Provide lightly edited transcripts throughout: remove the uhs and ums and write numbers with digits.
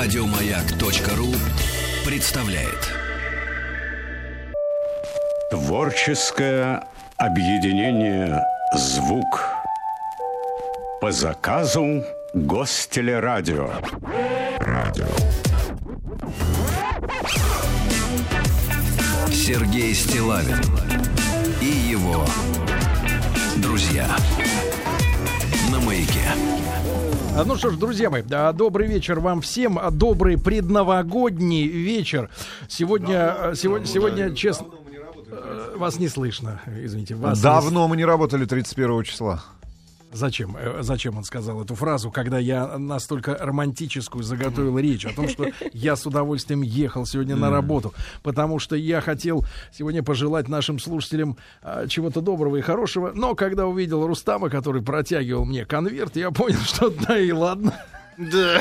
Радиомаяк.ру представляет. Творческое объединение «Звук» по заказу Гостелерадио. Сергей Стиллавин и его друзья на Маяке. Ну что ж, друзья мои, добрый вечер вам всем, добрый предновогодний вечер. Сегодня, честно, вас не слышно, извините. Давно мы не работали 31 числа. Зачем он сказал эту фразу, когда я настолько романтическую заготовил речь о том, что я с удовольствием ехал сегодня на работу, потому что я хотел сегодня пожелать нашим слушателям чего-то доброго и хорошего, но когда увидел Рустама, который протягивал мне конверт, я понял, что да и ладно. Да.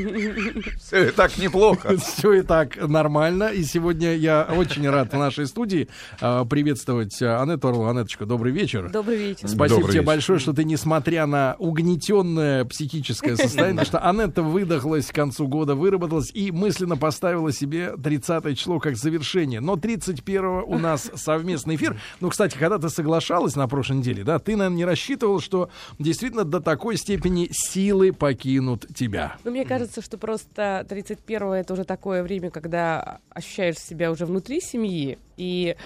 Все и так неплохо. Все и так нормально. И сегодня я очень рад в нашей студии приветствовать Анетту Орлову. Анетточка, добрый вечер. Добрый вечер. Спасибо тебе большое, что ты, несмотря на угнетенное психическое состояние, что Анетта выдохлась к концу года, выработалась и мысленно поставила себе 30 число как завершение. Но 31 у нас совместный эфир. Ну, кстати, когда ты соглашалась на прошлой неделе, да, ты, наверное, не рассчитывал, что действительно до такой степени силы покинут тебя. Ну, мне кажется, что просто 31-е это уже такое время, когда ощущаешь себя уже внутри семьи, и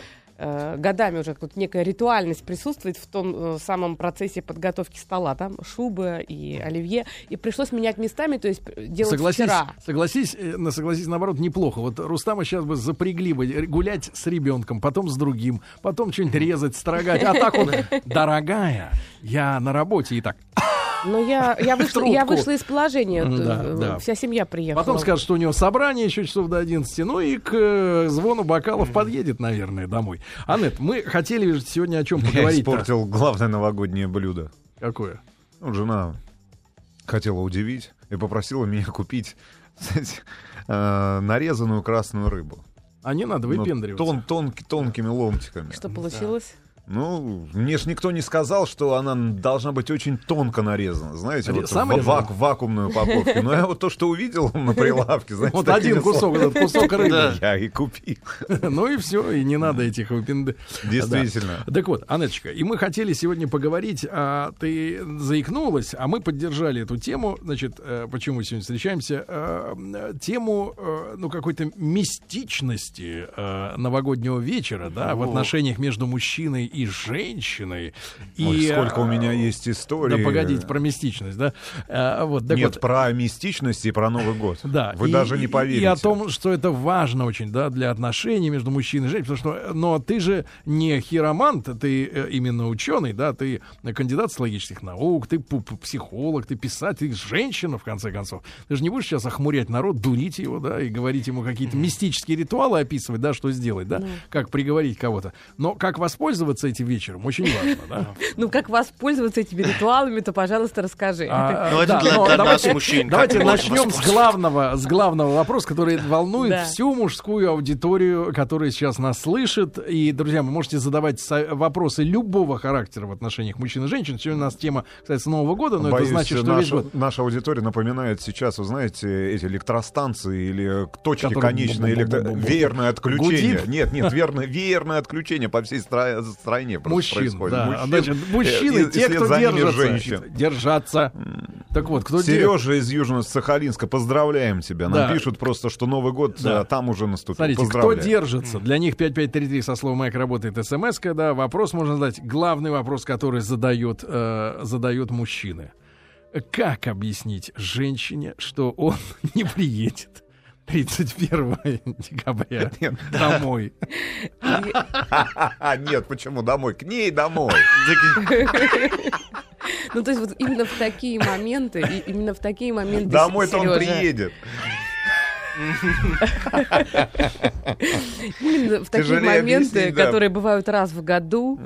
годами уже тут некая ритуальность присутствует в том самом процессе подготовки стола. Там шубы и оливье. И пришлось менять местами, то есть делать вчера. Согласись, наоборот, неплохо. Вот Рустама сейчас бы запрягли бы гулять с ребенком, потом с другим, потом что-нибудь резать, строгать. А так он, дорогая, я на работе и так... Но я вышла из положения. Да. Вся семья приехала. Потом скажет, что у него собрание еще часов до 11. Ну и к звону бокалов подъедет, наверное, домой. Анет, мы хотели сегодня о чем поговорить. Я испортил главное новогоднее блюдо. Какое? Ну, жена хотела удивить и попросила меня купить, кстати, нарезанную красную рыбу. А не надо выпендриваться. Тонкими ломтиками. Что получилось? Ну, мне ж никто не сказал, что она должна быть очень тонко нарезана. Знаете, вот в вакуумной упаковке. Но я вот то, что увидел на прилавке, знаете... Вот один кусок, этот кусок рыбы. Я и купил. Ну и все, и не надо этих Действительно. Так вот, Анеточка, и мы хотели сегодня поговорить, ты заикнулась, а мы поддержали эту тему, значит, почему сегодня встречаемся, тему, ну, какой-то мистичности новогоднего вечера, да, в отношениях между мужчиной и женщиной. Ой, сколько у меня есть историй. Да, погодите, про мистичность, да? Нет, про мистичность и про Новый год. Да. Вы даже не поверите. И о том, что это важно очень, да, для отношений между мужчиной и женщиной. Потому что, но ты же не хиромант, ты именно ученый, да, ты кандидат логических наук, ты психолог, ты писатель, ты женщина, в конце концов. Ты же не будешь сейчас охмурять народ, дурить его, да, и говорить ему какие-то мистические ритуалы описывать, да, что сделать, да, как приговорить кого-то. Но как воспользоваться этим вечером, очень важно, да. Ну, как воспользоваться этими ритуалами, то, пожалуйста, расскажи. Давайте начнем с главного вопроса, который волнует всю мужскую аудиторию, которая сейчас нас слышит. И, друзья, вы можете задавать вопросы любого характера в отношениях мужчин и женщин. Сегодня у нас тема, кстати, с Нового года, но боюсь, это значит, что весь год. Наша аудитория напоминает сейчас, вы знаете, эти электростанции или точки конечной веерное отключение. Нет, веерное отключение по всей стране происходит. Да. Значит, мужчины, те, кто держатся. Так вот, кто Сережа из Южно-Сахалинска, поздравляем тебя. Нам пишут просто, что Новый год там уже наступил. Смотрите, кто держится? Для них 5533 со словом «Майк» работает смс-ка, да. Вопрос можно задать. Главный вопрос, который задают мужчины. Как объяснить женщине, что он не приедет 31 декабря домой? Нет, почему домой? К ней домой. Ну, то есть вот именно в такие моменты, Домой-то он приедет. Именно в такие моменты, которые бывают раз в году,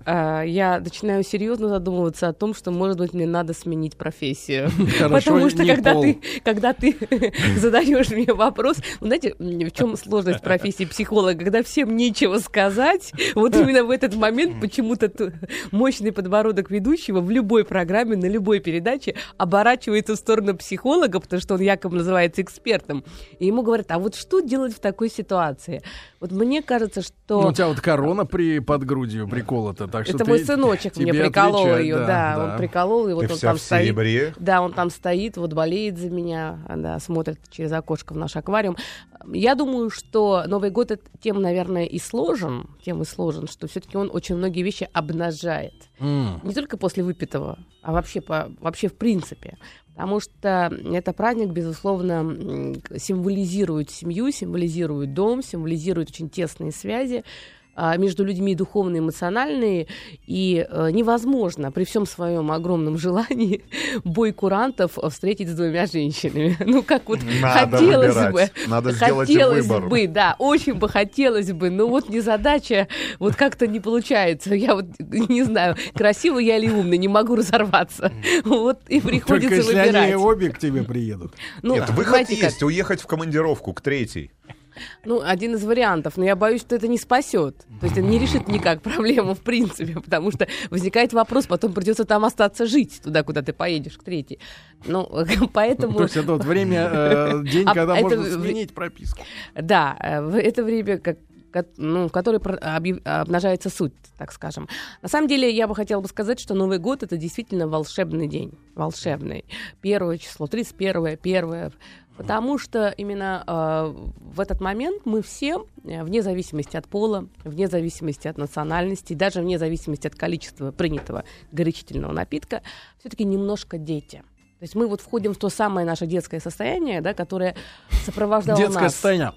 я начинаю серьезно задумываться о том, что, может быть, мне надо сменить профессию. Потому что когда ты задаешь мне вопрос, знаете, в чем сложность профессии психолога, когда всем нечего сказать, вот именно в этот момент почему-то мощный подбородок ведущего в любой программе, на любой передаче оборачивается в сторону психолога, потому что он якобы называется экспертом. И ему говорят, а вот что делать в такой ситуации? Вот мне кажется, что... Ну, у тебя вот корона под грудью приколота, так что это мой сыночек мне приколол ее, да, он приколол, и вот он там стоит. Да, он там стоит, вот болеет за меня, да, смотрит через окошко в наш аквариум. Я думаю, что Новый год тем, наверное, и сложен, что все-таки он очень многие вещи обнажает. Не только после выпитого, а вообще в принципе. Потому что это праздник, безусловно, символизирует семью, символизирует дом, символизирует очень тесные связи между людьми духовные, эмоциональные, и невозможно при всем своем огромном желании бой курантов встретить с двумя женщинами. Ну, как вот хотелось бы. Надо сделать выбор. Да, очень бы хотелось бы, но вот незадача, вот как-то не получается. Я вот не знаю, красивый я или умный, не могу разорваться. Вот и приходится только выбирать. Только если они обе к тебе приедут. Нет, выход есть, уехать в командировку к третьей. Ну, один из вариантов, но я боюсь, что это не спасет. То есть это не решит никак проблему, в принципе, потому что возникает вопрос, потом придется там остаться жить, туда, куда ты поедешь, к третьей. Ну, поэтому... То есть это вот время, день, когда можно сменить прописку. Да, это время, в которой обнажается суть, так скажем. На самом деле, я бы хотела сказать, что Новый год — это действительно волшебный день. Волшебный. 1 число, 31, 1. Потому что именно в этот момент мы все, вне зависимости от пола, вне зависимости от национальности, даже вне зависимости от количества принятого горячительного напитка, все-таки немножко дети. То есть мы вот входим в то самое наше детское состояние, да, которое сопровождало нас. Детское состояние.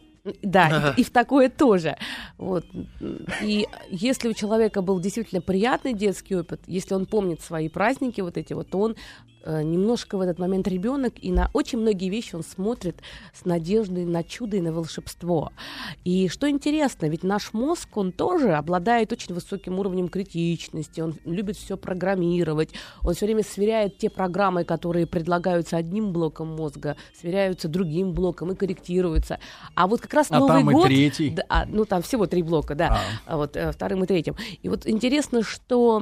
Да, и в такое тоже. Вот. И если у человека был действительно приятный детский опыт, если он помнит свои праздники вот эти вот, то он немножко в этот момент ребенок, и на очень многие вещи он смотрит с надеждой на чудо и на волшебство. И что интересно, ведь наш мозг, он тоже обладает очень высоким уровнем критичности, он любит все программировать, он все время сверяет те программы, которые предлагаются одним блоком мозга, сверяются другим блоком и корректируются. А вот как раз Новый год... там и третий. Да, ну, там всего 3 блока, да, вот вторым и третьим. И вот интересно, что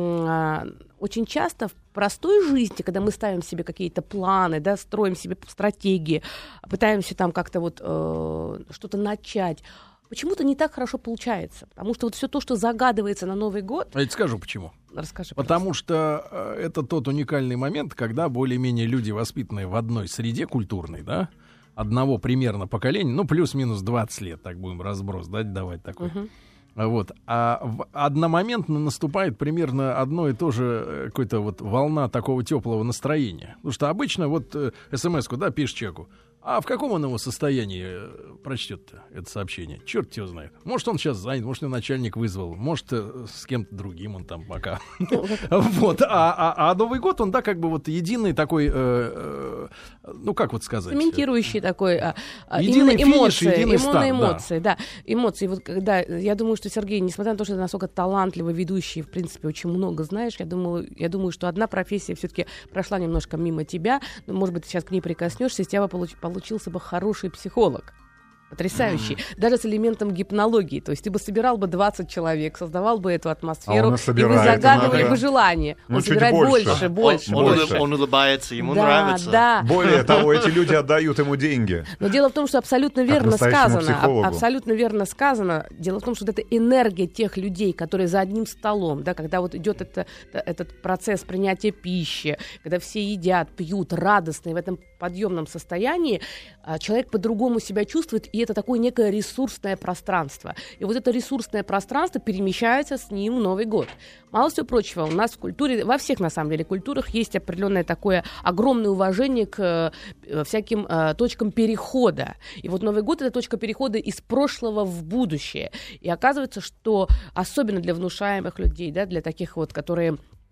очень часто в простой жизни, когда мы ставим себе какие-то планы, да, строим себе стратегии, пытаемся там как-то вот что-то начать, почему-то не так хорошо получается. Потому что вот все то, что загадывается на Новый год... Я тебе скажу, почему. Расскажи, потому что это тот уникальный момент, когда более-менее люди, воспитанные в одной среде культурной, да, одного примерно поколения, ну, плюс-минус 20 лет, так будем разброс, да, давать такой. Вот. А одномоментно наступает примерно одно и то же, какая-то вот волна такого теплого настроения. Потому что обычно вот смс-ку, да, пишешь человеку, а в каком он его состоянии прочтет-то это сообщение? Черт его знает. Может, он сейчас занят, может, его начальник вызвал, может, с кем-то другим он там пока. Вот. А Новый год, он, да, как бы вот единый такой, ну, как вот сказать? Цементирующий такой, единый финиш, единый старт. Эмоции, да. Эмоции. Вот когда, я думаю, что Сергей, несмотря на то, что ты настолько талантливый ведущий, в принципе, очень много знаешь, я думаю, что одна профессия все-таки прошла немножко мимо тебя, но, может быть, ты сейчас к ней прикоснешься, из тебя получился бы хороший психолог. Потрясающий. Даже с элементом гипнологии. То есть ты бы собирал бы 20 человек, создавал бы эту атмосферу, и вы загадывали бы желание. Он собирает больше. Он улыбается, ему нравится. Да. Более того, эти люди отдают ему деньги. Но дело в том, что абсолютно верно сказано. Абсолютно верно сказано. Дело в том, что вот эта энергия тех людей, которые за одним столом, да, когда вот идет этот процесс принятия пищи, когда все едят, пьют, радостные в этом подъемном состоянии, человек по-другому себя чувствует, и это такое некое ресурсное пространство. И вот это ресурсное пространство перемещается с ним в Новый год. Мало всего прочего, у нас в культуре, во всех, на самом деле, культурах есть определенное такое огромное уважение к всяким точкам перехода. И вот Новый год — это точка перехода из прошлого в будущее. И оказывается, что особенно для внушаемых людей, да, для таких вот, которые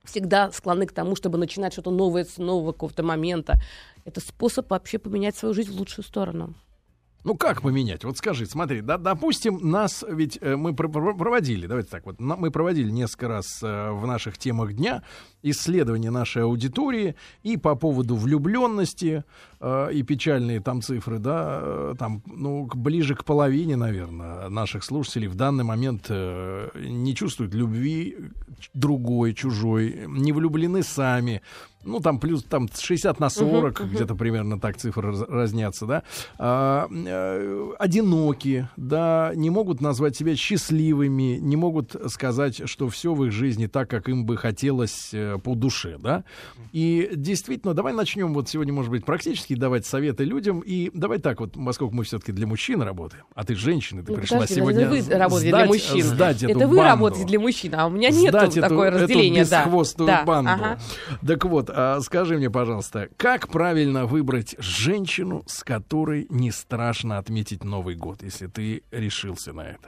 всегда склонны к тому, чтобы начинать что-то новое с нового какого-то момента. Это способ вообще поменять свою жизнь в лучшую сторону. Ну, как поменять? Вот скажи, смотри, допустим, нас ведь мы проводили, давайте так вот, мы проводили несколько раз в наших темах дня исследования нашей аудитории и по поводу влюбленности, и печальные там цифры, да, там, ну, ближе к половине, наверное, наших слушателей в данный момент не чувствуют любви другой, чужой, не влюблены сами. Ну, там плюс там 60/40, где-то примерно так цифры разнятся, да. Одиноки, да, не могут назвать себя счастливыми, не могут сказать, что все в их жизни так, как им бы хотелось по душе, да. И действительно, давай начнем вот сегодня, может быть, практически давать советы людям. И давай так вот, поскольку мы все-таки для мужчин работаем, а ты женщина, ты пришла сегодня вы работаете для мужчин. Сдать эту это вы банду. Работаете для мужчин, а у меня нет такое разделение. Эту бесхвостую банду. Ага. Так вот, скажи мне, пожалуйста, как правильно выбрать женщину, с которой не страшно отметить Новый год, если ты решился на это?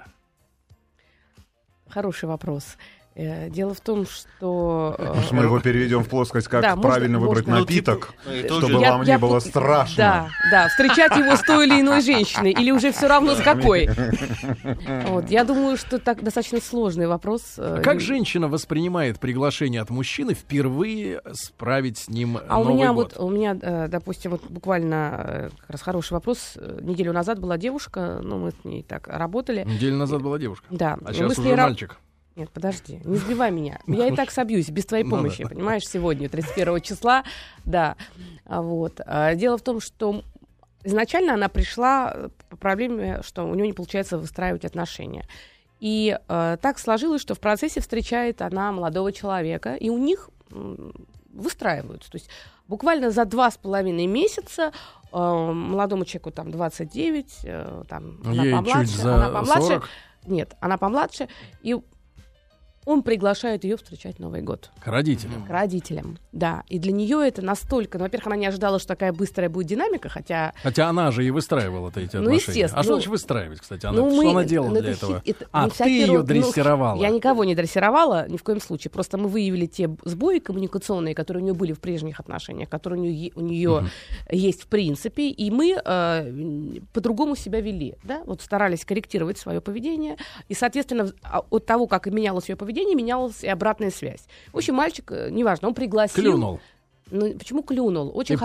Хороший вопрос. Дело в том, что... Мы его переведем в плоскость, как правильно выбрать напиток, чтобы вам не было страшно. Да, встречать его с той или иной женщиной, или уже все равно с какой. Вот, я думаю, что так достаточно сложный вопрос. Как женщина воспринимает приглашение от мужчины впервые справить с ним Новый год? У меня, допустим, вот буквально как раз хороший вопрос. Неделю назад была девушка, мы с ней так работали. Неделю назад была девушка? Да. А сейчас уже мальчик? Нет, подожди, не сбивай меня. Я и так собьюсь, без твоей помощи, понимаешь, сегодня, 31 числа, да. Вот. Дело в том, что изначально она пришла по проблеме, что у нее не получается выстраивать отношения. И так сложилось, что в процессе встречает она молодого человека, и у них выстраиваются. То есть буквально за 2,5 месяца молодому человеку там 29, там, она помладше. Она помладше. 40? Нет, она помладше, и он приглашает ее встречать Новый год. К родителям? К родителям, да. И для нее это настолько... во-первых, она не ожидала, что такая быстрая будет динамика, хотя... Хотя она же и выстраивала эти отношения. Естественно. А что значит выстраивать, кстати? Что она делала для этого? Ты ее дрессировала? Я никого не дрессировала, ни в коем случае. Просто мы выявили те сбои коммуникационные, которые у нее были в прежних отношениях, которые у нее есть в принципе, и мы по-другому себя вели, да? Вот старались корректировать свое поведение, и, соответственно, от того, как менялось ее поведение, менялась и обратная связь. В общем, мальчик, неважно, он пригласил... Клюнул. Ну, почему клюнул? Ты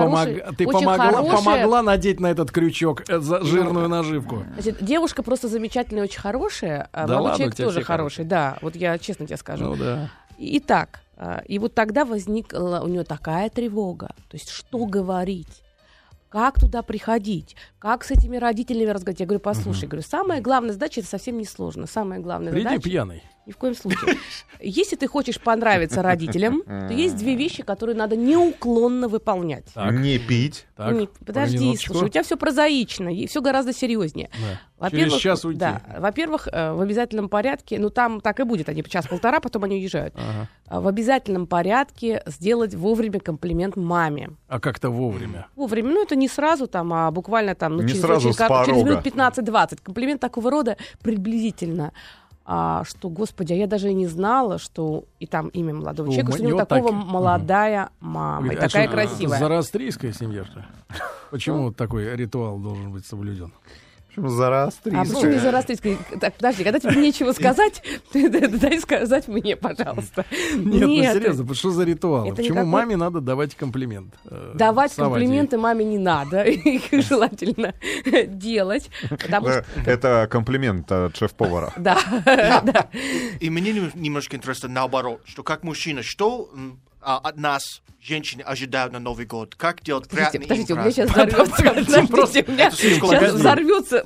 помогла надеть на этот крючок жирную наживку. Значит, девушка просто замечательная, очень хорошая, а молодой человек тоже хороший. Да, вот я честно тебе скажу. Ну да. Итак, и вот тогда возникла у нее такая тревога. То есть, что говорить? Как туда приходить? Как с этими родителями разговаривать? Я говорю, послушай, говорю, самая главная задача, это совсем не сложно. Самая главная задача... Приди пьяный. Ни в коем случае. Если ты хочешь понравиться родителям, то есть две вещи, которые надо неуклонно выполнять. Так. Не пить. Так, подожди, слушай, у тебя все прозаично, и все гораздо серьезнее. Да. Через час уйти. Да, во-первых, в обязательном порядке, там так и будет, они час-полтора, потом они уезжают. В обязательном порядке сделать вовремя комплимент маме. А как-то вовремя? Вовремя, это не сразу, а буквально через минут 15-20. Комплимент такого рода приблизительно. Что, господи, я даже и не знала, что и там имя молодого человека, что у него такого молодая мама, и такая красивая. Зороастрийская семья-то? Почему такой ритуал должен быть соблюден? Почему зороастрийская? А почему не зороастрийская? Так, подожди, когда тебе нечего сказать, дай сказать мне, пожалуйста. Нет, серьезно, что за ритуал? Почему маме надо давать комплимент? Давать комплименты маме не надо, их желательно делать. Это комплимент от шеф-повара. Да. И мне немножко интересно наоборот, что как мужчина, что от нас женщины ожидают на Новый год? Как делать приятный Подождите, у меня сейчас взорвется. У меня сейчас взорвется.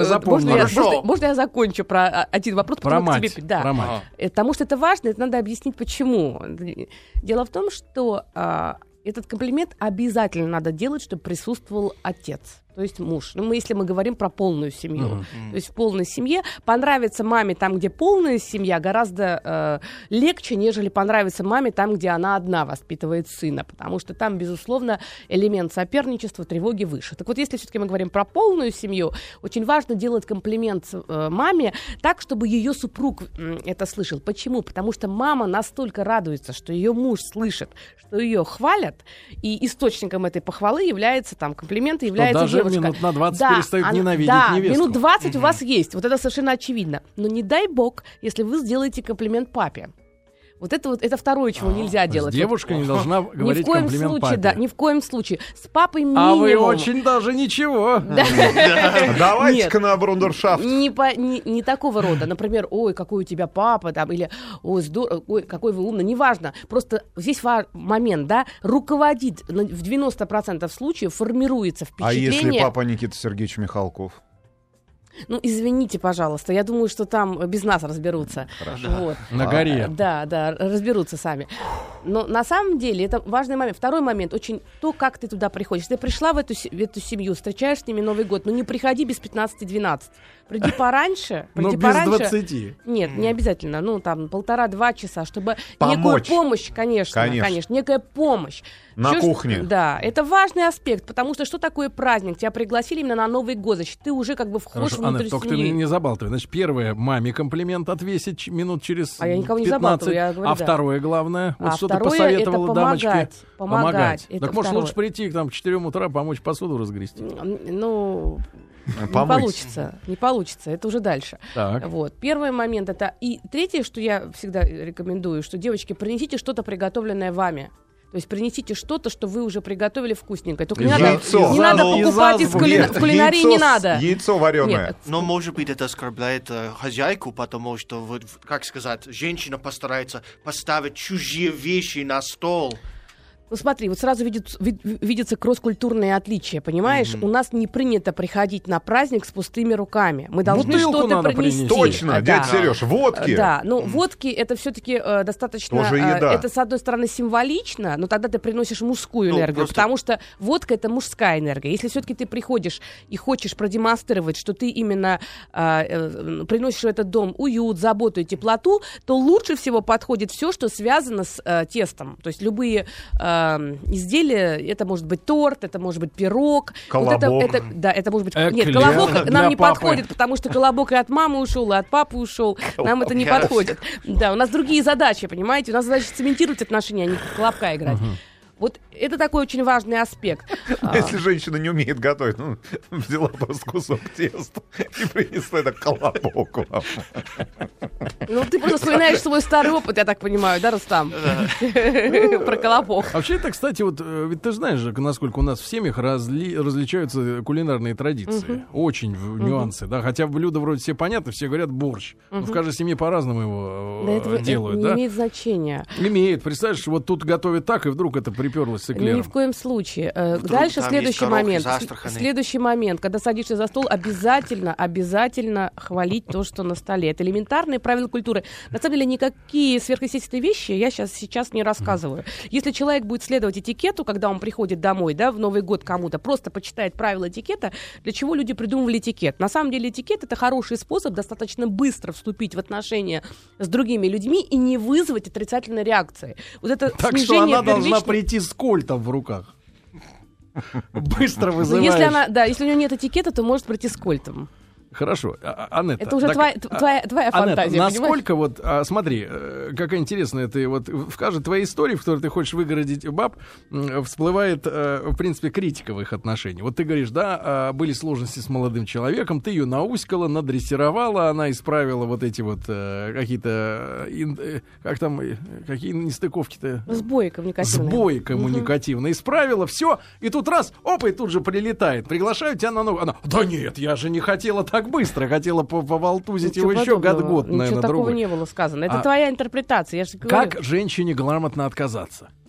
Можно я закончу про один вопрос? Про мать. Да. Потому что это важно, это надо объяснить, почему. Дело в том, что этот комплимент обязательно надо делать, чтобы присутствовал отец. то есть муж. Если мы говорим про полную семью. То есть в полной семье понравится маме там, где полная семья, гораздо легче, нежели понравится маме там, где она одна воспитывает сына. Потому что там, безусловно, элемент соперничества, тревоги выше. Так вот, если все-таки мы говорим про полную семью, очень важно делать комплимент маме так, чтобы ее супруг это слышал. Почему? Потому что мама настолько радуется, что ее муж слышит, что ее хвалят, и источником этой похвалы является там комплименты, является девушка. Минут на 20 перестают ненавидеть невесту. Минут 20 у вас есть. Вот это совершенно очевидно. Но не дай бог, если вы сделаете комплимент папе. Вот это второе, чего нельзя делать. Девушка не должна говорить комплимент папе. Да, ни в коем случае. С папой минимум. А вы очень даже ничего. Давайте-ка на брундершафт. Не такого рода. Например, ой, какой у тебя папа, там, или ой, здорово, ой, какой вы умный. Неважно. Просто здесь момент, да, руководит в 90% случаев, формируется впечатление. А если папа Никита Сергеевич Михалков? Ну, извините, пожалуйста, я думаю, что там без нас разберутся. Хорошо. Вот. На горе. Да, разберутся сами. Но на самом деле это важный момент. Второй момент, очень то, как ты туда приходишь. Ты пришла в эту семью, встречаешь с ними Новый год, но не приходи без 15-12. Приди пораньше. Но без 20. Нет, не обязательно. Ну, там, 1,5-2 часа, чтобы помочь. Некую помощь, конечно, некая помощь. На кухне. Да, это важный аспект, потому что такое праздник? Тебя пригласили именно на Новый год, значит, ты уже как бы вхож внутрь только семьи. ты не забалтывай. Значит, первое, маме комплимент отвесить минут через 15. А я никого не забалтываю, я говорю, второе, главное, вот что ты второе, посоветовала это дамочке. Помогать. Так может лучше прийти там, к 4 утра, помочь посуду разгрести? Ну... Не получится, это уже дальше. Так. Вот. Первый момент это. И третье, что я всегда рекомендую, что, девочки, принесите что-то приготовленное вами. То есть принесите что-то, что вы уже приготовили вкусненькое. Только не надо покупать в кулинарии, не надо. Яйцо вареное. Но, может быть, это оскорбляет хозяйку, потому что, как сказать, женщина постарается поставить чужие вещи на стол. Ну смотри, вот сразу видятся кросс-культурные отличия, понимаешь? У нас не принято приходить на праздник с пустыми руками. Мы должны что-то принести. Точно, дядя Сереж, водки. Да, ну водки это все-таки достаточно... Тоже еда. Это, с одной стороны, символично, но тогда ты приносишь мужскую энергию, потому что водка — это мужская энергия. Если все-таки ты приходишь и хочешь продемонстрировать, что ты именно приносишь в этот дом уют, заботу и теплоту, то лучше всего подходит все, что связано с тестом. То есть любые... изделия, это может быть торт, это может быть пирог. Колобок. Вот это может быть... Нет, колобок нам не подходит, потому что колобок и от мамы ушел, и от папы ушел. Нам это не подходит. Да, у нас другие задачи, понимаете? У нас задача цементировать отношения, а не в колобка играть. Вот это такой очень важный аспект. Если женщина не умеет готовить, взяла просто кусок теста и принесла это колобок вам. Ну, ты просто вспоминаешь свой старый опыт, я так понимаю, да, Рустам? Про колобок. Вообще, это, кстати, вот, ведь ты знаешь же, насколько у нас в семьях различаются кулинарные традиции. Очень нюансы, да. Хотя блюда вроде все понятны, все говорят борщ. Но в каждой семье по-разному его делают, да? Не имеет значения. Имеет. Представляешь, вот тут готовят так, и вдруг это приперлось с эклером. Ни в коем случае. Дальше следующий момент. Следующий момент, когда садишься за стол, обязательно хвалить то, что на столе. Это элементарные правила культуры. На самом деле никакие сверхъестественные вещи я сейчас не рассказываю. Если человек будет следовать этикету, когда он приходит домой, да, в Новый год кому-то, просто почитает правила этикета, для чего люди придумывали этикет. На самом деле этикет — это хороший способ достаточно быстро вступить в отношения с другими людьми и не вызвать отрицательной реакции. Вот это так что она должна прийти с кольтом в руках. Быстро вызываешь. Если у нее нет этикета, то может прийти с кольтом. Хорошо, Анетта. Это уже твоя фантазия, насколько вот, смотри, какая интересная ты вот в каждой твоей истории, в которой ты хочешь выгородить баб, всплывает, в принципе, критика в их отношениях. Вот ты говоришь, да, были сложности с молодым человеком, ты ее науськала, надрессировала, она исправила вот эти вот какие-то, как там, какие нестыковки-то? Сбои коммуникативные. Сбои коммуникативные. Исправила, все, и тут раз, опа, и тут же прилетает. Приглашаю тебя на новую. Она, да нет, я же не хотела так быстро, хотела поволтузить его еще год, наверное, ничего такого другой. не было сказано. Это твоя интерпретация. Как женщине грамотно отказаться?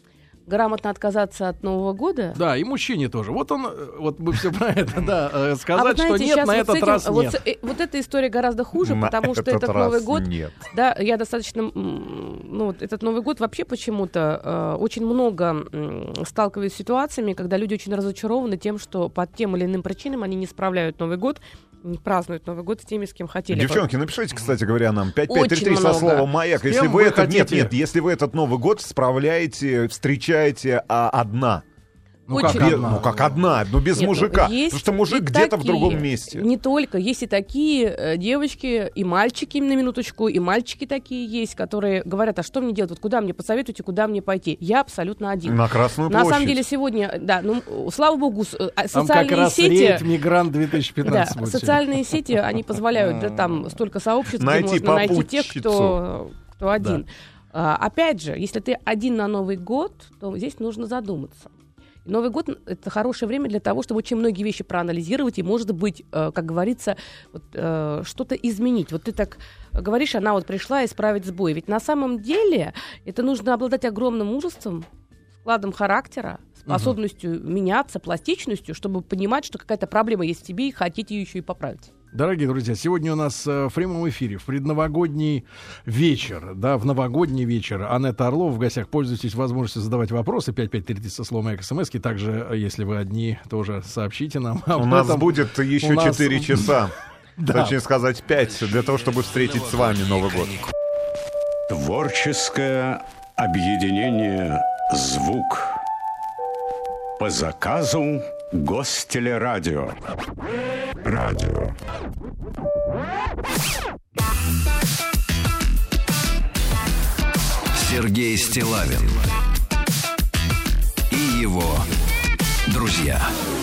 грамотно отказаться от Нового года. Да, и мужчине тоже. Вот мы все про это, сказать, знаете, что нет, на этот раз нет. Вот эта история гораздо хуже, потому что этот Новый год... Да, я достаточно... этот Новый год вообще почему-то очень много сталкиваюсь с ситуациями, когда люди очень разочарованы тем, что по тем или иным причинам они не справляют Новый год, не празднуют Новый год с теми, с кем хотели. Девчонки, напишите, кстати говоря, нам 5533 со словом «Маяк». Если вы если вы этот Новый год справляете, встречаете одна. Как одна, но без мужика. Потому что мужик где-то в другом месте. Не только. Есть и такие девочки, и мальчики, на минуточку, и мальчики такие есть, которые говорят, а что мне делать? Вот куда мне посоветуйте, куда мне пойти? Я абсолютно один. На Красную площадь. На самом деле сегодня, да, слава богу, там социальные как раз сети... рейд «Мигрант 2015». Да, социальные сети, они позволяют, там столько сообществ, где можно найти тех, кто один. Опять же, если ты один на Новый год, то здесь нужно задуматься. Новый год — это хорошее время для того, чтобы очень многие вещи проанализировать и, может быть, как говорится, что-то изменить. Вот ты так говоришь, она вот пришла исправить сбой. Ведь на самом деле это нужно обладать огромным мужеством, складом характера, способностью меняться, пластичностью, чтобы понимать, что какая-то проблема есть в тебе и хотите ее еще и поправить. Дорогие друзья, сегодня у нас в прямом эфире, в предновогодний вечер, в новогодний вечер, Анетта Орлова в гостях. Пользуйтесь возможностью задавать вопросы. 5533 со словом «Маяк» СМС-ки. Также, если вы одни, тоже сообщите нам. У нас будет еще 4 часа, точнее сказать 5, для того, чтобы встретить с вами Новый год. Творческое объединение «Звук» по заказу Гостелерадио. Радио. Сергей Стиллавин и его друзья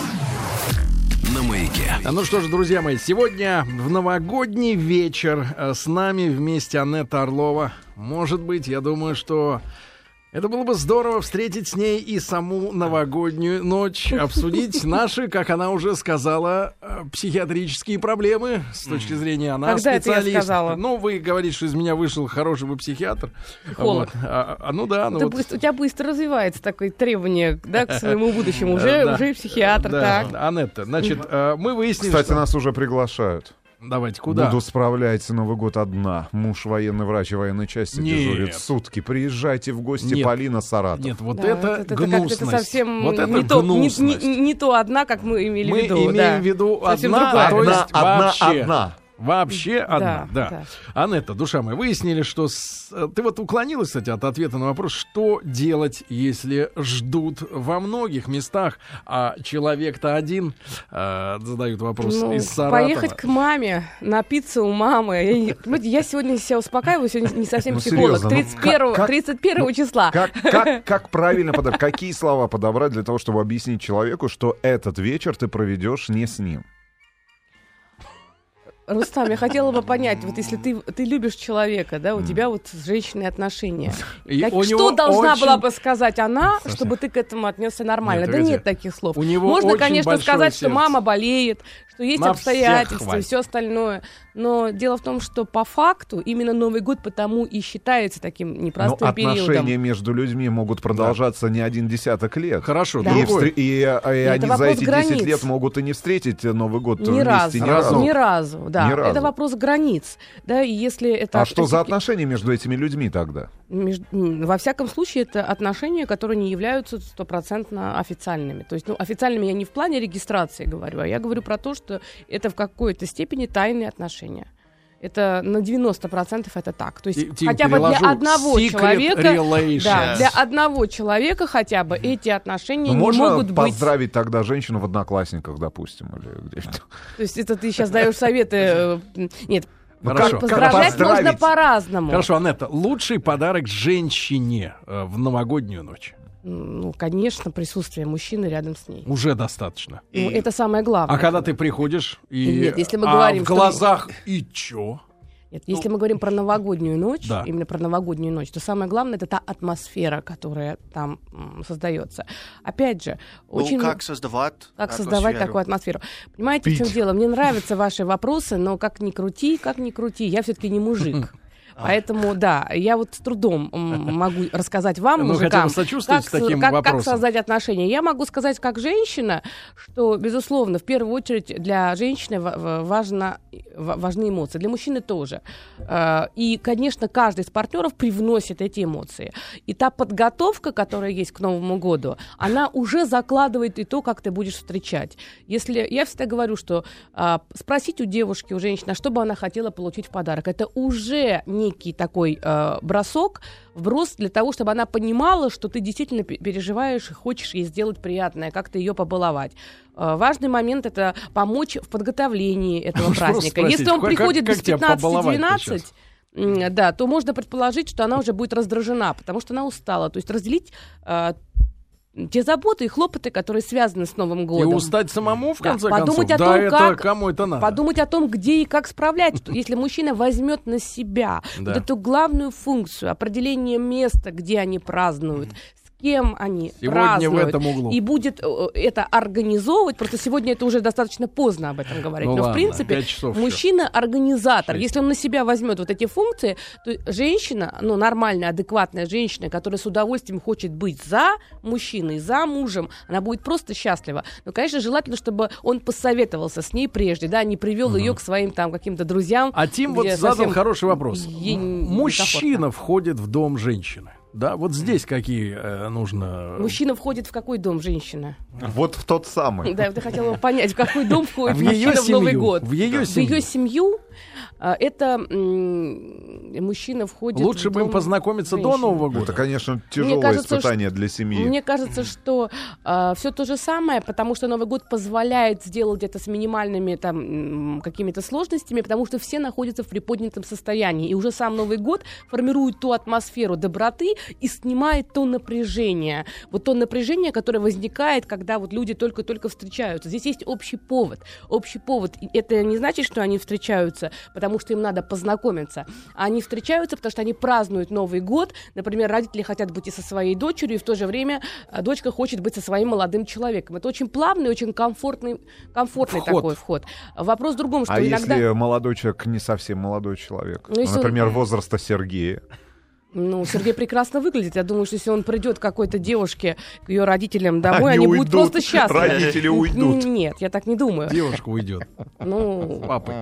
на Маяке. Ну что ж, друзья мои, сегодня в новогодний вечер с нами вместе Анетта Орлова. Может быть, я думаю, что это было бы здорово встретить с ней и саму новогоднюю ночь, обсудить наши, как она уже сказала, психиатрические проблемы с точки зрения она когда специалист. Это я сказала? Ну, вы говорите, что из меня вышел хороший бы психиатр. Психолог. Вот. У тебя быстро развивается такое требование, к своему будущему. Уже психиатр, так. Анетта, значит, мы выяснили, кстати, нас уже приглашают. Давайте, куда? Буду справлять Новый год одна. Муж военный врач военной части дежурит сутки. Приезжайте в гости, Нет. Полина, Саратов. Нет, вот Да, это гнусность. Это совсем вот это гнусность. Не то одна, как мы имели в виду. Мы имеем в виду совсем одна, другое. то есть вообще. Одна. Вообще одна, да. Да. Анетта, душа моя, выяснили, что... Ты вот уклонилась, кстати, от ответа на вопрос, что делать, если ждут во многих местах, а человек-то один, задают вопрос из Саратова. Поехать к маме, напиться у мамы. Я сегодня себя успокаиваю, сегодня не совсем психолог. Серьезно, 31 числа. Как правильно подобрать? Какие слова подобрать для того, чтобы объяснить человеку, что этот вечер ты проведешь не с ним? Рустам, я хотела бы понять, вот если ты любишь человека, да, у тебя вот с женщиной отношения, что должна была бы сказать она, чтобы ты к этому отнесся нормально? Нет таких слов. Можно, конечно, сказать, что мама болеет, что есть обстоятельства и все остальное. Но дело в том, что по факту именно Новый год потому и считается таким непростым периодом. Но отношения между людьми могут продолжаться не один десяток лет. Хорошо. Да. И они за эти 10 лет могут и не встретить Новый год вместе ни разу. Да. Ни разу. Это вопрос границ. Да, и если это... А что за отношения между этими людьми тогда? Во всяком случае, это отношения, которые не являются 100% официальными. То есть, официальными я не в плане регистрации говорю, а я говорю про то, что это в какой-то степени тайные отношения. Это на 90% это так. То есть хотя бы для одного человека, для одного человека хотя бы эти отношения не могут быть. Можно поздравить тогда женщину в Одноклассниках, допустим, или где-то. То есть это ты сейчас даешь советы? Нет. Хорошо. Поздравлять можно по-разному. Хорошо, Анетта, лучший подарок женщине в новогоднюю ночь? Конечно, присутствие мужчины рядом с ней. Уже достаточно. Это самое главное. А когда ты приходишь и Нет, если мы говорим, в глазах и чё? Нет, если мы говорим про новогоднюю ночь, именно про новогоднюю ночь, то самое главное — это та атмосфера, которая там создается. Опять же, как создавать такую атмосферу? Понимаете, в чем дело? Мне нравятся ваши вопросы, но как ни крути, я все-таки не мужик. Поэтому, да, я вот с трудом могу рассказать вам, мужикам, как создать отношения. Я могу сказать, как женщина, что, безусловно, в первую очередь для женщины важны эмоции, для мужчины тоже. И, конечно, каждый из партнеров привносит эти эмоции. И та подготовка, которая есть к Новому году, она уже закладывает и то, как ты будешь встречать. Если я всегда говорю, что спросить у девушки, у женщины, что бы она хотела получить в подарок, это уже некий такой бросок, вброс для того, чтобы она понимала, что ты действительно переживаешь и хочешь ей сделать приятное, как-то ее побаловать. Важный момент — это помочь в подготовлении этого праздника. Если он приходит без 15-12, да, то можно предположить, что она уже будет раздражена, потому что она устала. То есть разделить те заботы и хлопоты, которые связаны с Новым годом. И устать самому, в конце концов. Кому это надо. Подумать о том, где и как справлять. Если мужчина возьмет на себя вот эту главную функцию, определение места, где они празднуют, с кем они празднуют, в этом углу. И будет это организовывать. Просто сегодня это уже достаточно поздно об этом говорить. Но в принципе мужчина организатор. Если он на себя возьмет вот эти функции, то женщина, нормальная, адекватная женщина, которая с удовольствием хочет быть за мужчиной, за мужем, она будет просто счастлива. Но, конечно, желательно, чтобы он посоветовался с ней прежде, да, не привел ее к своим там каким-то друзьям. А Тим вот задал хороший вопрос. Мужчина входит в дом женщины. Да, вот здесь какие нужно... Мужчина входит в какой дом женщина? Вот в тот самый. Да, я хотела понять, в какой дом входит мужчина в Новый год. В ее семью это мужчина входит Лучше в бы дом им познакомиться женщины. до Нового года. Это, конечно, тяжелое испытание для семьи. Мне кажется, что все то же самое, потому что Новый год позволяет сделать это с минимальными там какими-то сложностями, потому что все находятся в приподнятом состоянии. И уже сам Новый год формирует ту атмосферу доброты и снимает то напряжение. Вот то напряжение, которое возникает, когда вот люди только-только встречаются. Здесь есть общий повод. Общий повод. И это не значит, что они встречаются, потому что им надо познакомиться. Они встречаются, потому что они празднуют Новый год. Например, родители хотят быть и со своей дочерью, и в то же время дочка хочет быть со своим молодым человеком. Это очень плавный, очень комфортный такой вход. Вопрос в другом, что иногда... если молодой человек не совсем молодой человек? Например, возраста Сергея. Сергей прекрасно выглядит. Я думаю, что если он придет к какой-то девушке, к ее родителям домой, они будут просто счастливы. Родители уйдут. Нет, я так не думаю. Девушка уйдет. Папой.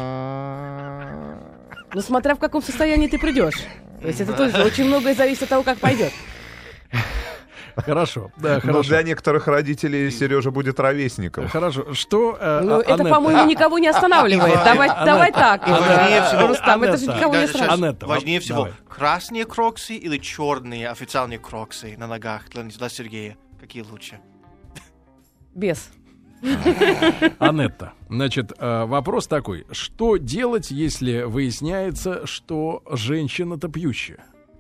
Смотря в каком состоянии ты придешь. То есть это тоже очень многое зависит от того, как пойдет. Хорошо, да, хорошо. Но для некоторых родителей Сережа будет ровесником. Хорошо, что... это, по-моему, никого не останавливает. Давай так. Рустам, это же никого не останавливает. Важнее всего, красные кроксы или черные официальные кроксы на ногах для Сергея? Какие лучше? Без. Анетта, значит, вопрос такой. Что делать, если выясняется, что женщина-то пьющая?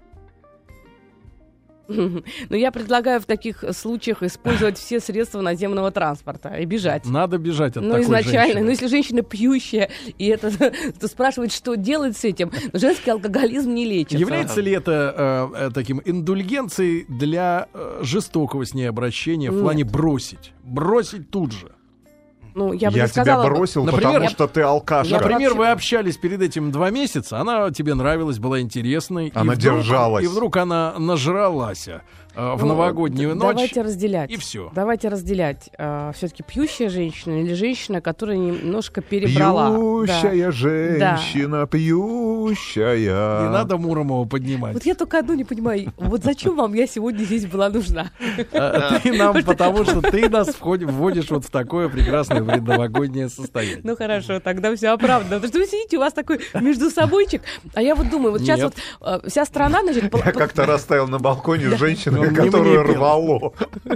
Я предлагаю в таких случаях использовать все средства наземного транспорта и бежать. Надо бежать от такой изначально. женщины. Если женщина пьющая, и это, то спрашивает, что делать с этим. Женский алкоголизм не лечится. Является ли это таким индульгенцией для жестокого с ней обращения в плане бросить? Бросить тут же. Я бы сказала, тебя бросил, потому что ты алкашка. Например, вы общались перед этим 2 месяца, она тебе нравилась, была интересной. Она держалась. И вдруг она нажралась в новогоднюю ночь. Давайте разделять. И все. Давайте разделять. Все-таки пьющая женщина или женщина, которая немножко перебрала. Пьющая женщина, пьющая. Не надо Муромова поднимать. Вот я только одну не понимаю. Вот зачем вам я сегодня здесь была нужна? Ты нам, потому что ты нас вводишь вот в такое прекрасное предновогоднее состояние. Хорошо, тогда все оправдано. Потому что вы сидите, у вас такой между собойчик. А я вот думаю, вот сейчас вот вся страна... Я как-то расставил на балконе женщину, которую рвало.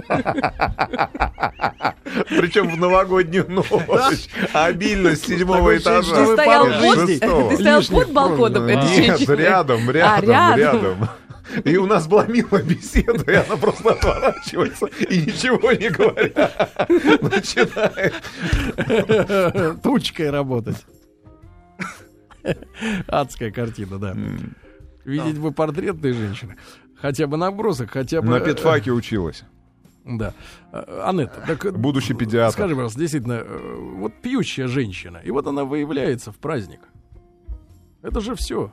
Причем в новогоднюю ночь. Обильно с 7-го этажа. Ты стоял под балконом? Нет, рядом. И у нас была милая беседа, и она просто отворачивается и ничего не говоря начинает тучкой работать. Адская картина, да. Видеть бы портрет этой женщины. Хотя бы набросок, хотя бы... На педфаке училась. Да. Анетта, так... Будущий педиатр. Скажи, пожалуйста, действительно, вот пьющая женщина, и вот она выявляется в праздник. Это же все.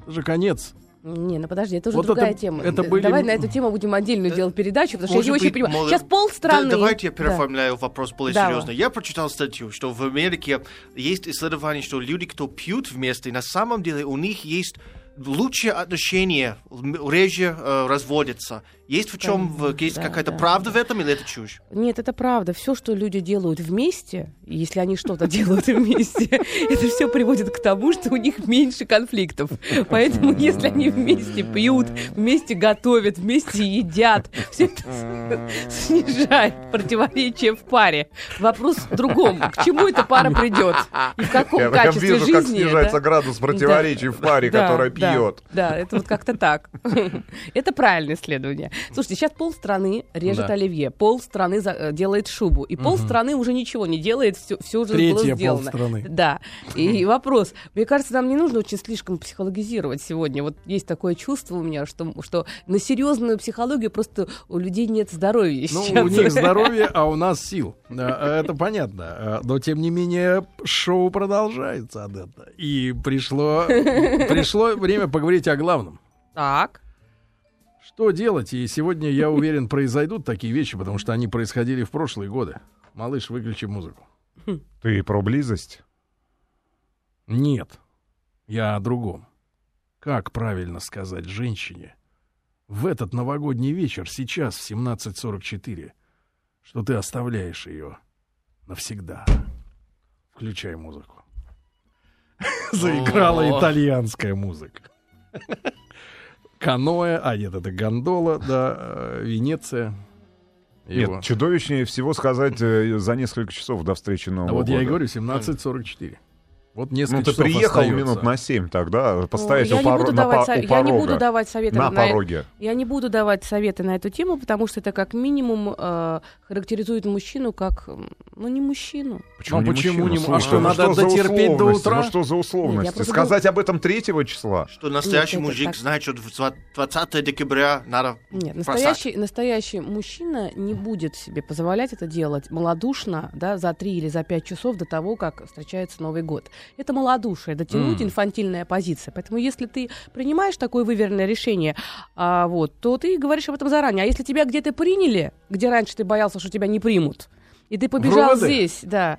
Это же конец. Не, ну подожди, это уже другая тема. Были... Давай на эту тему будем отдельную делать передачу, потому что я не очень понимаю. Сейчас полстраны... Давайте я переоформляю вопрос более серьезно. Я прочитал статью, что в Америке есть исследование, что люди, кто пьют вместе, на самом деле у них есть лучшие отношения, реже разводятся. Есть какая-то правда в этом или это чушь? Нет, это правда. Все, что люди делают вместе, если они что-то делают вместе, это все приводит к тому, что у них меньше конфликтов. Поэтому, если они вместе пьют, вместе готовят, вместе едят, все это снижает противоречия в паре. Вопрос в другом. К чему эта пара придет? И в каком качестве жизни? Как снижается градус противоречий в паре, которая пьет. Да, это вот как-то так. Это правильное исследование. Слушайте, сейчас полстраны режет оливье, полстраны делает шубу, и полстраны уже ничего не делает, все уже было сделано. Полстраны. Да. И вопрос. Мне кажется, нам не нужно очень слишком психологизировать сегодня. Вот есть такое чувство у меня, что на серьезную психологию просто у людей нет здоровья сейчас. Ну, у них здоровье, а у нас сил. Это понятно. Но, тем не менее, шоу продолжается, Адетта. И пришло время поговорить о главном. Так. Что делать? И сегодня, я уверен, произойдут такие вещи, потому что они происходили в прошлые годы. Малыш, выключи музыку. Ты про близость? Нет. Я о другом. Как правильно сказать женщине в этот новогодний вечер, сейчас в 17:44, что ты оставляешь ее навсегда? Включай музыку. Заиграла итальянская музыка. Каноэ, нет, это гондола, да, Венеция. Нет, чудовищнее всего сказать за несколько часов до встречи Нового года. Вот я и говорю, 17:44. Вот несколько часов ты приехал остается. Минут на 7 тогда, поставить у порога. Я не буду давать советы на пороге. Я не буду давать советы на эту тему, потому что это как минимум характеризует мужчину как, не мужчину. Почему не мужчину? А что, надо дотерпеть до утра? Ну что за условности? Сказать об этом 3 числа? Что настоящий мужик знает, что 20 декабря надо настоящий мужчина не будет себе позволять это делать малодушно, да, за 3 или за 5 часов до того, как встречается Новый год. Это малодушие, дотянуть, инфантильная позиция. Поэтому если ты принимаешь такое выверенное решение, то ты говоришь об этом заранее. А если тебя где-то приняли, где раньше ты боялся, что тебя не примут, и ты побежал здесь, да,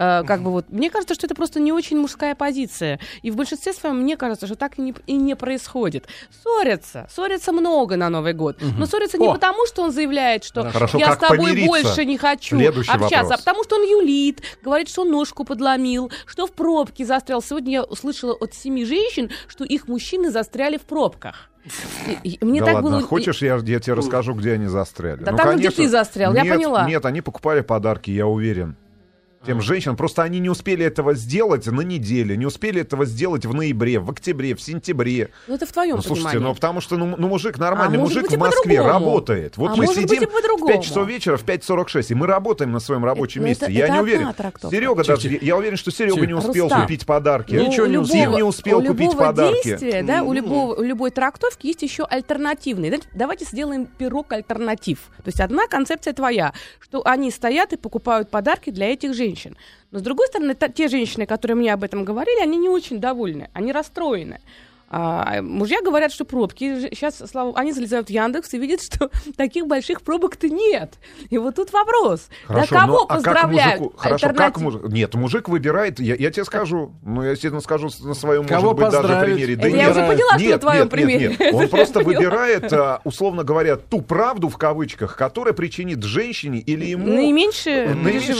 мне кажется, что это просто не очень мужская позиция. И в большинстве своем мне кажется, что так и не происходит. Ссорятся много на Новый год. Но ссорятся не потому, что он заявляет, что я с тобой больше не хочу общаться, а потому что он юлит, говорит, что он ножку подломил, что в пробке застрял. Сегодня я услышала от 7 женщин, что их мужчины застряли в пробках. Мне да так ладно, было... хочешь, я тебе расскажу, где они застряли? Да там, конечно, где ты застрял, я поняла. Нет, они покупали подарки, я уверен. Тем женщинам. Просто они не успели этого сделать на неделе, не успели этого сделать в ноябре, в октябре, в сентябре. Ну, это в твоем понимании. Слушайте, потому что мужик, нормальный мужик в Москве работает. Вот мы сидим в 5 часов вечера, в 5:46, и мы работаем на своем рабочем месте. Я не уверен. Серега даже, я уверен, что Серега не успел купить подарки. Ничего не успел. Не успел купить подарки. У любой трактовки есть еще альтернативные. Давайте сделаем пирог альтернатив. То есть одна концепция твоя, что они стоят и покупают подарки для этих женщин. Но, с другой стороны, те женщины, которые мне об этом говорили, они не очень довольны, они расстроены. Мужья говорят, что пробки сейчас, они залезают в Яндекс и видят, что таких больших пробок-то нет. И вот тут вопрос. Хорошо, кого поздравляют? Как мужик? Нет, мужик выбирает, я тебе скажу, я тебе скажу на своем, может быть, даже примере. Я уже поняла, что на твоем примере. Он просто выбирает, условно говоря, ту правду, в кавычках, которая причинит женщине или ему наименьшее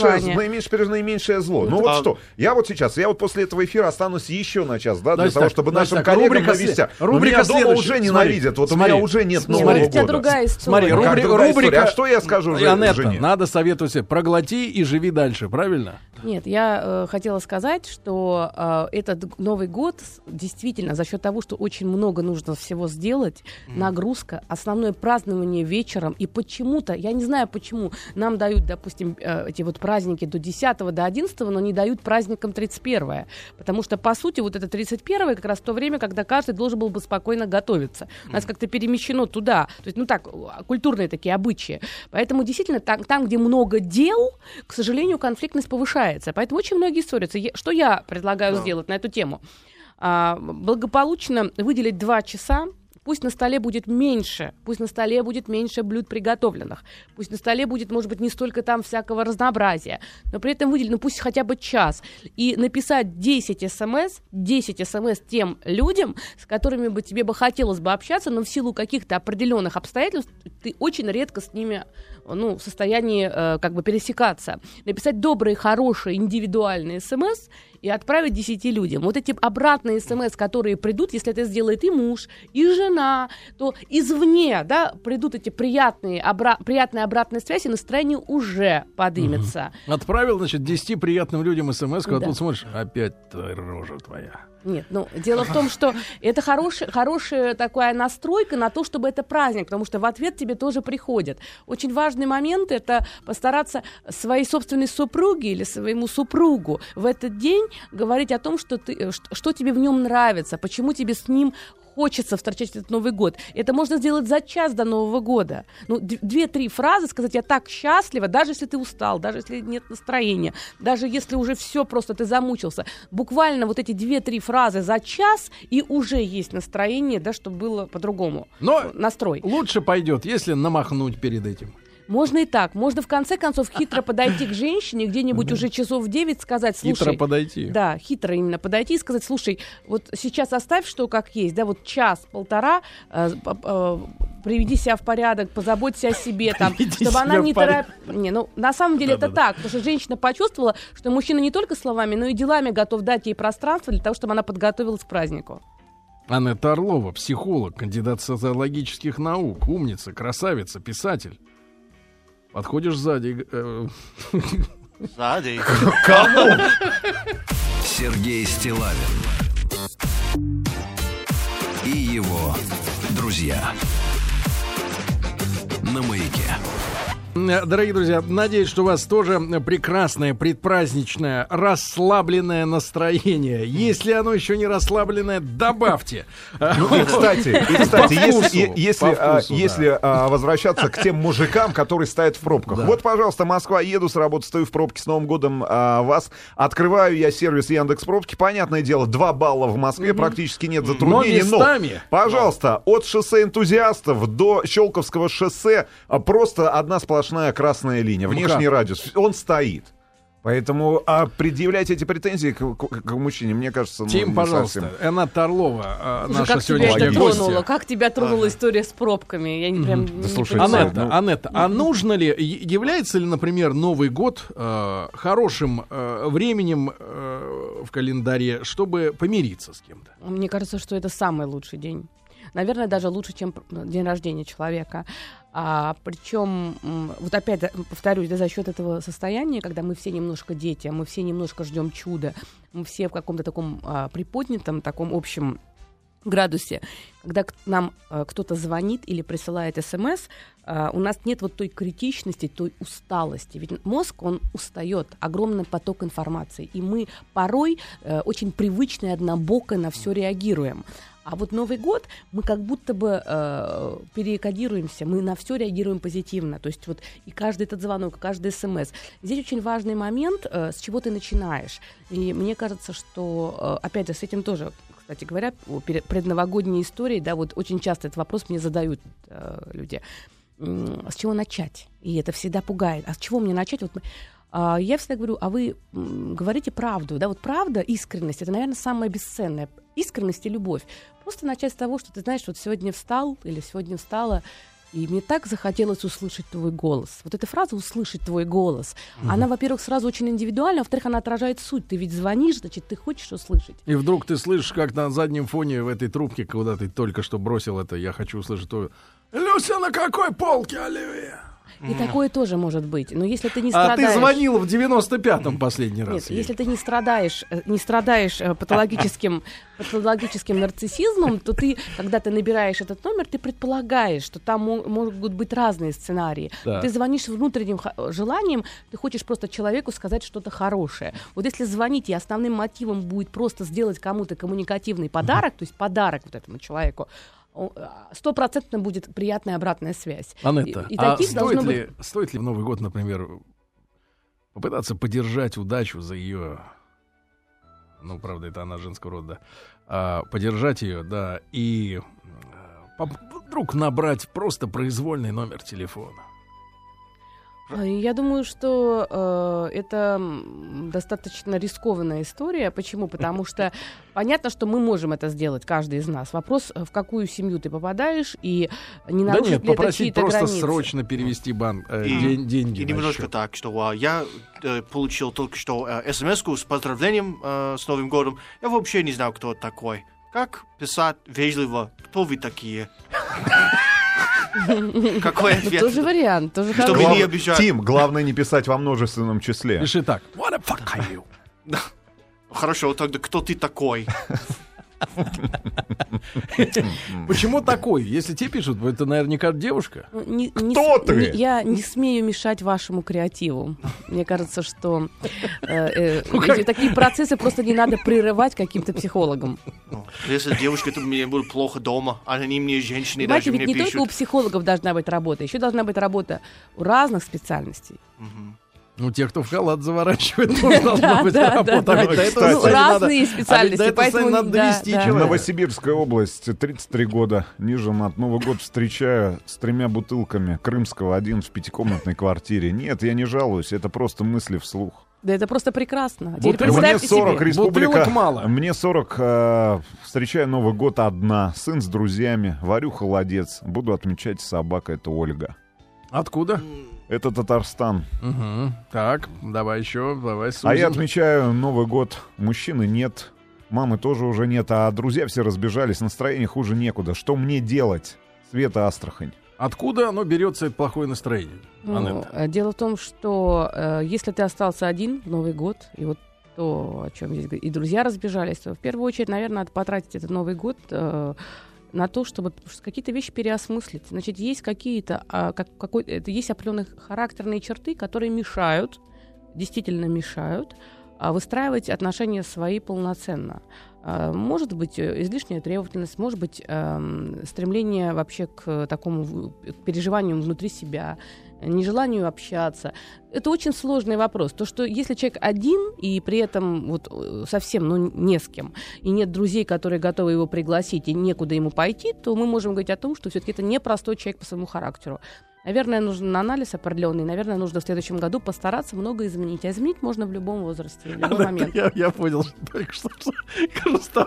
зло. Ну вот что, я вот сейчас, после этого эфира останусь еще на час, да, для того, чтобы нашим коллегам навестя. Меня дома уже ненавидят. Вот у меня уже нет Нового года. У тебя другая история. Смотри, рубрика... А что я скажу жене? Надо советовать себе, проглоти и живи дальше, правильно? Нет, я хотела сказать, что этот Новый год действительно за счет того, что очень много нужно всего сделать, нагрузка, основное празднование вечером, и почему-то, я не знаю почему, нам дают, допустим, эти вот праздники до 10-го, до 11-го, но не дают праздникам 31-е. Потому что, по сути, вот это 31-е как раз то время, когда каждый должен был бы спокойно готовиться. У нас как-то перемещено туда. То есть, культурные такие обычаи. Поэтому, действительно, там, где много дел, к сожалению, конфликтность повышается. Поэтому очень многие ссорятся. Что я предлагаю сделать на эту тему? благополучно выделить 2 часа. Пусть на столе будет меньше блюд приготовленных, пусть на столе будет, может быть, не столько там всякого разнообразия, но при этом выделить, пусть хотя бы час, и написать 10 смс тем людям, с которыми тебе бы хотелось бы общаться, но в силу каких-то определенных обстоятельств ты очень редко с ними в состоянии пересекаться. Написать добрые, хорошие, индивидуальные смс и отправить 10 людям. Вот эти обратные смс, которые придут, если это сделает и муж, и жена, то извне, придут эти приятные обратные связи, и настроение уже поднимется. Отправил, 10 приятным людям смс, когда тут смотришь, опять рожа твоя. Нет, дело в том, что это хорошая такая настройка на то, чтобы это праздник, потому что в ответ тебе тоже приходят. Очень важный момент — это постараться своей собственной супруге или своему супругу в этот день говорить о том, что тебе в нем нравится, почему тебе с ним хочется встречать этот Новый год. Это можно сделать за час до Нового года. 2-3 фразы сказать: я так счастлива, даже если ты устал, даже если нет настроения, даже если уже все просто ты замучился. Буквально вот эти 2-3 фразы за час, и уже есть настроение, чтобы было по-другому. Но настрой. Лучше пойдет, если намахнуть перед этим. Можно и так. Можно, в конце концов, хитро подойти к женщине, где-нибудь уже часов в 9 сказать: слушай... Хитро подойти. Да, хитро именно подойти и сказать: слушай, вот сейчас оставь что как есть, час-полтора, приведи себя в порядок, позаботься о себе, чтобы она не торопилась. На самом деле это так, потому что женщина почувствовала, что мужчина не только словами, но и делами готов дать ей пространство для того, чтобы она подготовилась к празднику. Анетта Орлова, психолог, кандидат социологических наук, умница, красавица, писатель. Подходишь сзади. Сзади? Кому? Сергей Стиллавин и его друзья на Маяке. Дорогие друзья, надеюсь, что у вас тоже прекрасное, предпраздничное, расслабленное настроение. Если оно еще не расслабленное, добавьте. И, кстати, если возвращаться к тем мужикам, которые стоят в пробках. Да. Вот, пожалуйста, Москва, еду с работы, стою в пробке, с Новым годом вас. Открываю я сервис Яндекс.Пробки. Понятное дело, 2 балла в Москве, практически нет затруднений. Но, пожалуйста, от шоссе Энтузиастов до Щелковского шоссе просто одна сплошная красная линия, внешний радиус, он стоит. Поэтому предъявлять эти претензии к мужчине, мне кажется, Тим, пожалуйста, Анетта Орлова, наша сегодняшняя гостья. Как тебя тронула история с пробками? Я не прям Анетта, а нужно ли, является ли, например, Новый год хорошим временем в календаре, чтобы помириться с кем-то? Мне кажется, что это самый лучший день. Наверное, даже лучше, чем день рождения человека. Причем, вот опять повторюсь, за счет этого состояния, когда мы все немножко дети, мы все немножко ждем чуда, мы все в каком-то таком приподнятом, таком общем градусе, когда нам кто-то звонит или присылает СМС, у нас нет вот той критичности, той усталости. Ведь мозг, он устает, огромный поток информации, и мы порой очень привычно и однобоко на все реагируем. А вот Новый год мы как будто бы перекодируемся, мы на все реагируем позитивно. То есть вот и каждый этот звонок, и каждый СМС. Здесь очень важный момент, с чего ты начинаешь. И мне кажется, что, опять же, с этим тоже, кстати говоря, предновогодние истории, да, вот очень часто этот вопрос мне задают люди. С чего начать? И это всегда пугает. А с чего мне начать? Вот я всегда говорю: а вы говорите правду, да, вот правда, искренность, это, наверное, самое бесценное. Искренность и любовь. Просто начать с того, что ты знаешь, вот сегодня встал или сегодня встала, и мне так захотелось услышать твой голос. Вот эта фраза «услышать твой голос», она, во-первых, сразу очень индивидуальна, во-вторых, она отражает суть. Ты ведь звонишь, значит, ты хочешь услышать. И вдруг ты слышишь, как на заднем фоне в этой трубке, куда ты только что бросил это «я хочу услышать твой...» «Люся, на какой полке, Оливия?» И такое тоже может быть. Но если ты не страдаешь... А ты звонила в 95-м последний раз. Нет, если ты не страдаешь патологическим нарциссизмом, то ты, когда ты набираешь этот номер, ты предполагаешь, что там могут быть разные сценарии. Да. Ты звонишь с внутренним желанием, ты хочешь просто человеку сказать что-то хорошее. Вот если звонить, и основным мотивом будет просто сделать кому-то коммуникативный подарок, то есть подарок вот этому человеку, 100% будет приятная обратная связь. Анетта, стоит ли в Новый год, например, попытаться поддержать удачу за ее... Ну, правда, это она женского рода. подержать ее, да, и вдруг набрать просто произвольный номер телефона. Я думаю, что это достаточно рискованная история. Почему? Потому что понятно, что мы можем это сделать, каждый из нас. Вопрос, в какую семью ты попадаешь, и не нарушит ли это чьи-то границы. Просто срочно перевести деньги. И немножко так, что я получил только что смс-ку с поздравлением с Новым годом. Я вообще не знал, кто такой. Как писать вежливо? Кто вы такие? Какой ответ? Тоже вариант, тоже чтобы хороший. не обижать. Тим, главное не писать во множественном числе. Пиши так. What the fuck are you? Хорошо, тогда кто ты такой? Почему такой? Если тебе пишут, это наверняка девушка. Кто ты? Я не смею мешать вашему креативу. Мне кажется, что такие процессы просто не надо прерывать каким-то психологам. Если девушка, то мне будет плохо дома, анонимные женщины даже мне пишут. Не только у психологов должна быть работа, еще должна быть работа у разных специальностей. Ну, те, кто в халат заворачивает, тоже должна быть работа. Разные специальности, поэтому надо довести человека. Новосибирская область, 33 года, ниженат. Новый год встречаю с 3 бутылками крымского, 1 в 5-комнатной квартире. Нет, я не жалуюсь, это просто мысли вслух. Да это просто прекрасно. Мне 40, республика. Мало. Мне 40, встречаю Новый год одна, сын с друзьями, варю холодец, буду отмечать с собакой, это Ольга. Откуда? Это Татарстан. Угу. Так, давай еще, давай. А я отмечаю Новый год. Мужчины нет, мамы тоже уже нет, а друзья все разбежались, настроение хуже некуда. Что мне делать? Света, Астрахань. Откуда оно берется, это плохое настроение? Дело в том, что если ты остался один в Новый год, и вот то, о чем здесь говорят, и друзья разбежались, то в первую очередь, наверное, надо потратить этот Новый год на то, чтобы какие-то вещи переосмыслить. Значит, есть какие-то, есть определенные характерные черты, которые мешают, действительно мешают, выстраивать отношения свои полноценно. Может быть, излишняя требовательность, может быть, стремление вообще к такому переживанию внутри себя, нежеланию общаться. Это очень сложный вопрос. То, что если человек один, и при этом вот совсем не с кем, и нет друзей, которые готовы его пригласить, и некуда ему пойти, то мы можем говорить о том, что все-таки это непростой человек по своему характеру. Наверное, нужен анализ определенный, наверное, нужно в следующем году постараться много изменить. А изменить можно в любом возрасте, в любой момент. Я понял, что Рустам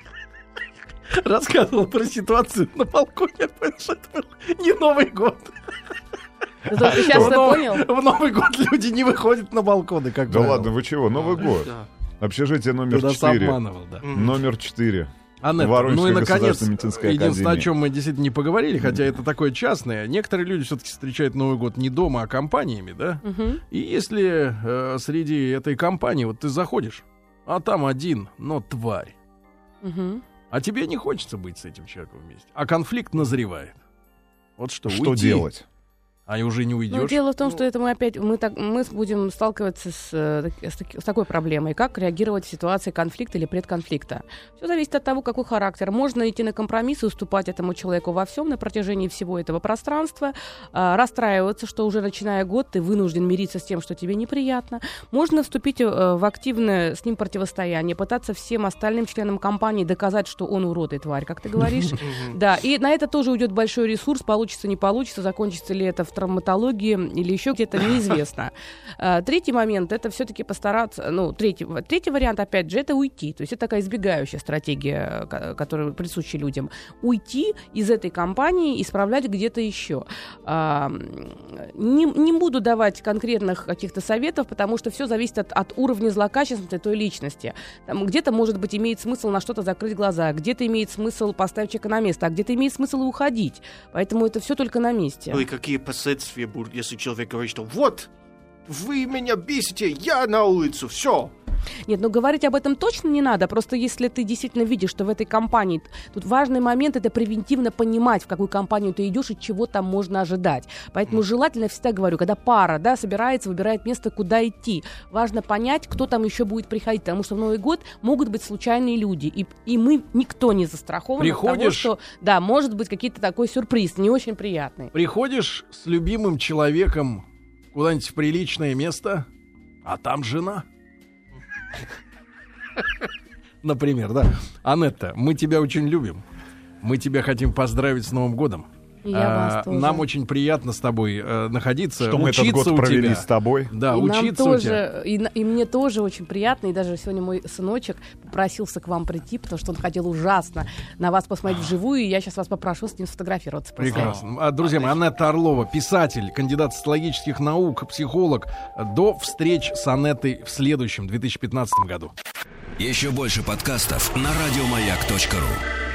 рассказывал про ситуацию на балконе, что это был не Новый год. Ты только сейчас это понял? В Новый год люди не выходят на балконы, как Да ладно, вы чего? Новый год. Общежитие номер 4. Номер 4. Анетта, ну и, наконец, единственное, о чем мы действительно не поговорили, хотя это такое частное, некоторые люди все-таки встречают Новый год не дома, а компаниями, да? И если среди этой компании вот ты заходишь, а там один, но тварь, а тебе не хочется быть с этим человеком вместе, а конфликт назревает. Вот что уйти. Делать? А уже не уйдешь. Ну, дело в том, что это мы будем сталкиваться с такой проблемой, как реагировать в ситуации конфликта или предконфликта. Все зависит от того, какой характер. Можно идти на компромисс и уступать этому человеку во всем на протяжении всего этого пространства, расстраиваться, что уже начиная год ты вынужден мириться с тем, что тебе неприятно. Можно вступить в активное с ним противостояние, пытаться всем остальным членам компании доказать, что он урод и тварь, как ты говоришь. Да, и на это тоже уйдет большой ресурс, получится, не получится, закончится ли это в травматологии или еще где-то, неизвестно. Третий момент — это все-таки постараться... Третий вариант, опять же, это уйти. То есть это такая избегающая стратегия, которая присуща людям. Уйти из этой компании, исправлять где-то еще. Не буду давать конкретных каких-то советов, потому что все зависит от уровня злокачественности той личности. Там где-то, может быть, имеет смысл на что-то закрыть глаза, где-то имеет смысл поставить человека на место, а где-то имеет смысл и уходить. Поэтому это все только на месте. Ну и какие последствия будут, если человек говорит, что вот, вы меня бесите, я на улицу, все. Нет, но говорить об этом точно не надо. Просто если ты действительно видишь, что в этой компании... Тут важный момент — это превентивно понимать, в какую компанию ты идешь и чего там можно ожидать. Поэтому желательно, я всегда говорю, когда пара собирается, выбирает место, куда идти, важно понять, кто там еще будет приходить. Потому что в Новый год могут быть случайные люди. И мы, никто не застрахован от того, что... Да, может быть какие-то такой сюрприз, не очень приятный. Приходишь с любимым человеком куда-нибудь в приличное место, а там жена... Например, да. Анетта, мы тебя очень любим. Мы тебя хотим поздравить с Новым годом. Нам очень приятно с тобой находиться, что мы этот год провели с тобой. Да, и учиться нам у тебя. И мне тоже очень приятно. И даже сегодня мой сыночек попросился к вам прийти, потому что он хотел ужасно на вас посмотреть вживую. И я сейчас вас попрошу с ним сфотографироваться. Прекрасно. Друзья мои, Анетта Орлова, писатель, кандидат социологических наук, психолог. До встреч с Анеттой в следующем 2015 году. Еще больше подкастов на радиомаяк.ру.